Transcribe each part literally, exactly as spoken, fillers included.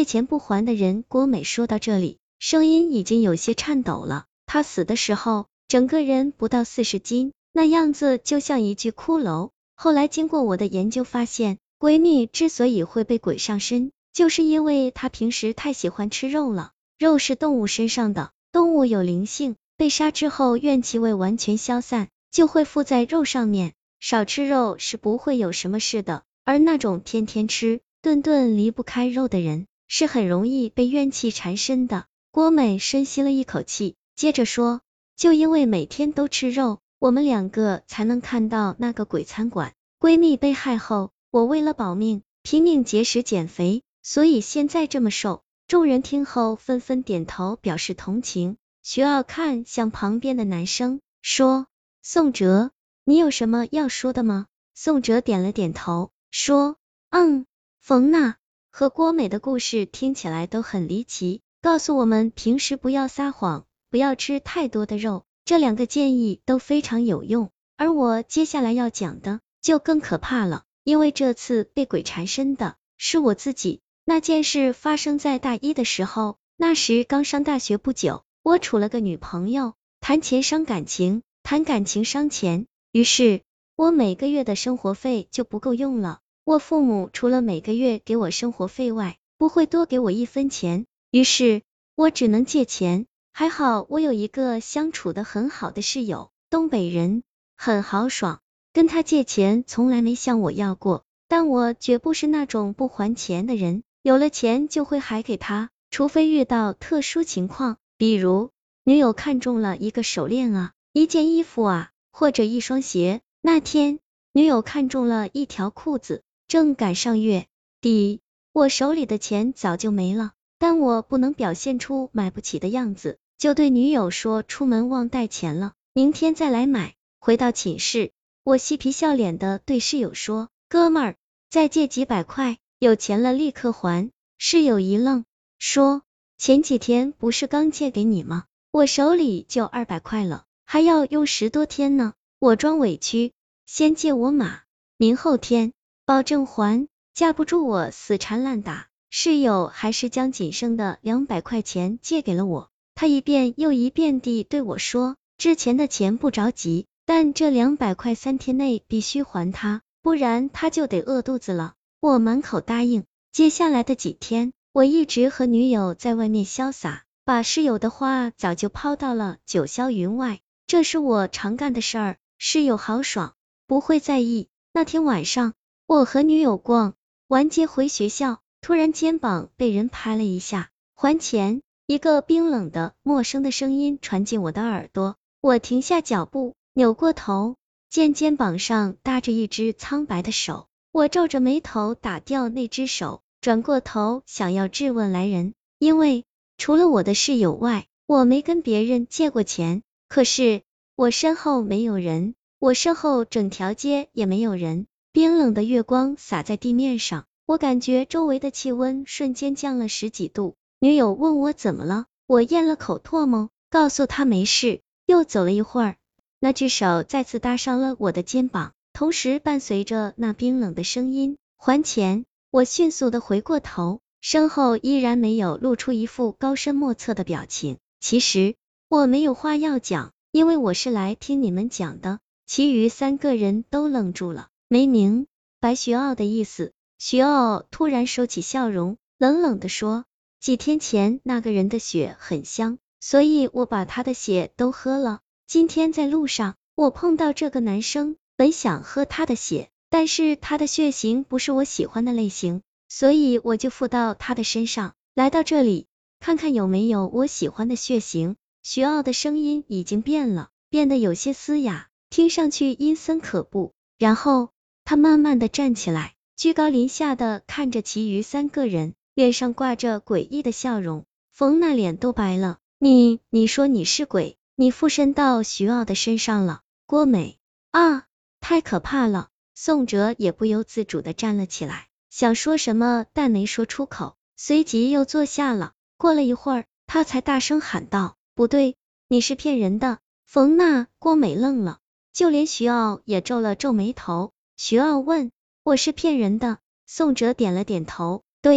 钱不还的人。郭美说到这里，声音已经有些颤抖了。她死的时候，整个人不到四十斤，那样子就像一具骷髅。后来经过我的研究发现，闺蜜之所以会被鬼上身，就是因为她平时太喜欢吃肉了。肉是动物身上的，动物有灵性，被杀之后怨气未完全消散，就会附在肉上面。少吃肉是不会有什么事的，而那种天天吃，顿顿离不开肉的人，是很容易被怨气缠身的。郭美深吸了一口气，接着说，就因为每天都吃肉，我们两个才能看到那个鬼餐馆。闺蜜被害后，我为了保命，拼命节食减肥，所以现在这么瘦。众人听后纷纷点头表示同情。徐傲看向旁边的男生，说，宋哲，你有什么要说的吗？宋哲点了点头，说，嗯，冯娜和郭美的故事听起来都很离奇，告诉我们平时不要撒谎，不要吃太多的肉，这两个建议都非常有用。而我接下来要讲的就更可怕了，因为这次被鬼缠身的是我自己。那件事发生在大一的时候，那时刚上大学不久，我处了个女朋友，谈钱伤感情，谈感情伤钱，于是我每个月的生活费就不够用了。我父母除了每个月给我生活费外，不会多给我一分钱，于是我只能借钱。还好我有一个相处的很好的室友，东北人，很豪爽，跟他借钱从来没向我要过，但我绝不是那种不还钱的人，有了钱就会还给他，除非遇到特殊情况，比如女友看中了一个手链啊，一件衣服啊，或者一双鞋。那天女友看中了一条裤子，正赶上月底，我手里的钱早就没了，但我不能表现出买不起的样子，就对女友说出门忘带钱了，明天再来买。回到寝室，我嬉皮笑脸的对室友说，哥们儿，再借几百块，有钱了立刻还。室友一愣，说，前几天不是刚借给你吗？我手里就二百块了，还要用十多天呢。我装委屈，先借我码，明后天保证还。架不住我死缠烂打，室友还是将仅剩的两百块钱借给了我。他一遍又一遍地对我说，之前的钱不着急，但这两百块三天内必须还他，不然他就得饿肚子了。我满口答应。接下来的几天，我一直和女友在外面潇洒，把室友的话早就抛到了九霄云外，这是我常干的事儿，室友豪爽，不会在意。那天晚上，我和女友逛完街回学校，突然肩膀被人拍了一下，还钱。一个冰冷的陌生的声音传进我的耳朵，我停下脚步，扭过头，见肩膀上搭着一只苍白的手，我皱着眉头打掉那只手，转过头想要质问来人，因为除了我的室友外，我没跟别人借过钱。可是我身后没有人，我身后整条街也没有人，冰冷的月光洒在地面上，我感觉周围的气温瞬间降了十几度。女友问我怎么了，我咽了口唾沫，告诉她没事。又走了一会儿，那只手再次搭上了我的肩膀，同时伴随着那冰冷的声音，还钱。我迅速的回过头，身后依然没有露出一副高深莫测的表情。其实我没有话要讲，因为我是来听你们讲的。其余三个人都愣住了，没明白徐傲的意思。徐傲突然收起笑容，冷冷的说，几天前那个人的血很香，所以我把他的血都喝了。今天在路上，我碰到这个男生，本想喝他的血，但是他的血型不是我喜欢的类型，所以我就附到他的身上，来到这里，看看有没有我喜欢的血型。徐傲的声音已经变了，变得有些嘶哑，听上去阴森可怖。然后他慢慢的站起来，居高临下的看着其余三个人，脸上挂着诡异的笑容。冯娜脸都白了，你你说你是鬼，你附身到徐傲的身上了。郭美啊，太可怕了。宋哲也不由自主的站了起来，想说什么但没说出口，随即又坐下了。过了一会儿，他才大声喊道，不对，你是骗人的。冯娜、郭美愣了，就连徐傲也皱了皱眉头。徐傲问，我是骗人的？宋哲点了点头，对，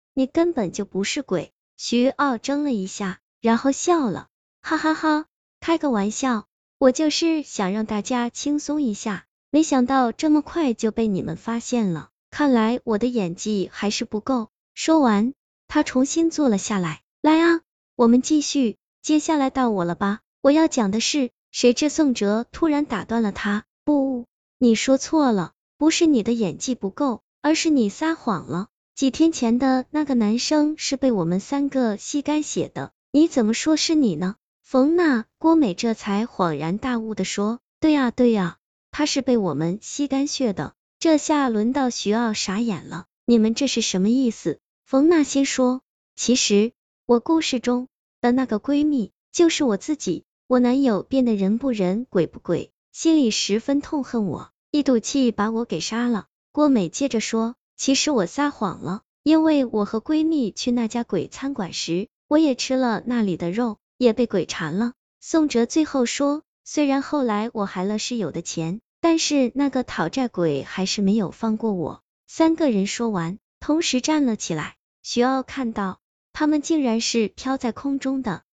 你根本就不是鬼。徐傲怔了一下，然后笑了，哈哈哈，开个玩笑，我就是想让大家轻松一下，没想到这么快就被你们发现了，看来我的演技还是不够。说完，他重新坐了下来，来啊，我们继续，接下来到我了吧，我要讲的是……谁知宋哲突然打断了他，不，你说错了，不是你的演技不够，而是你撒谎了。几天前的那个男生是被我们三个吸干血的，你怎么说是你呢？冯娜、郭美这才恍然大悟的说，对呀对呀，他是被我们吸干血的。这下轮到徐傲傻眼了，你们这是什么意思？冯娜先说，其实我故事中的那个闺蜜就是我自己，我男友变得人不人鬼不鬼，心里十分痛恨我，一赌气把我给杀了。郭美接着说，其实我撒谎了，因为我和闺蜜去那家鬼餐馆时，我也吃了那里的肉，也被鬼缠了。宋哲最后说，虽然后来我还了室友的钱，但是那个讨债鬼还是没有放过我。三个人说完，同时站了起来。徐傲看到他们竟然是飘在空中的，